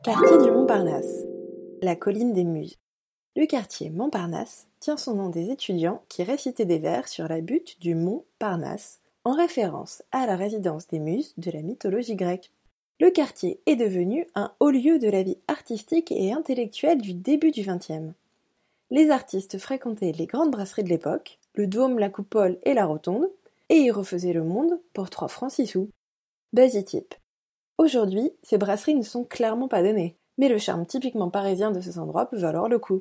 Quartier du Montparnasse, la colline des Muses. Le quartier Montparnasse tient son nom des étudiants qui récitaient des vers sur la butte du mont Parnasse, en référence à la résidence des Muses de la mythologie grecque. Le quartier est devenu un haut lieu de la vie artistique et intellectuelle du début du XXe. Les artistes fréquentaient les grandes brasseries de l'époque, le Dôme, la Coupole et la Rotonde, et y refaisaient le monde pour 3 francs 6 sous. Basitype. Aujourd'hui, ces brasseries ne sont clairement pas données, mais le charme typiquement parisien de ces endroits peut valoir le coup.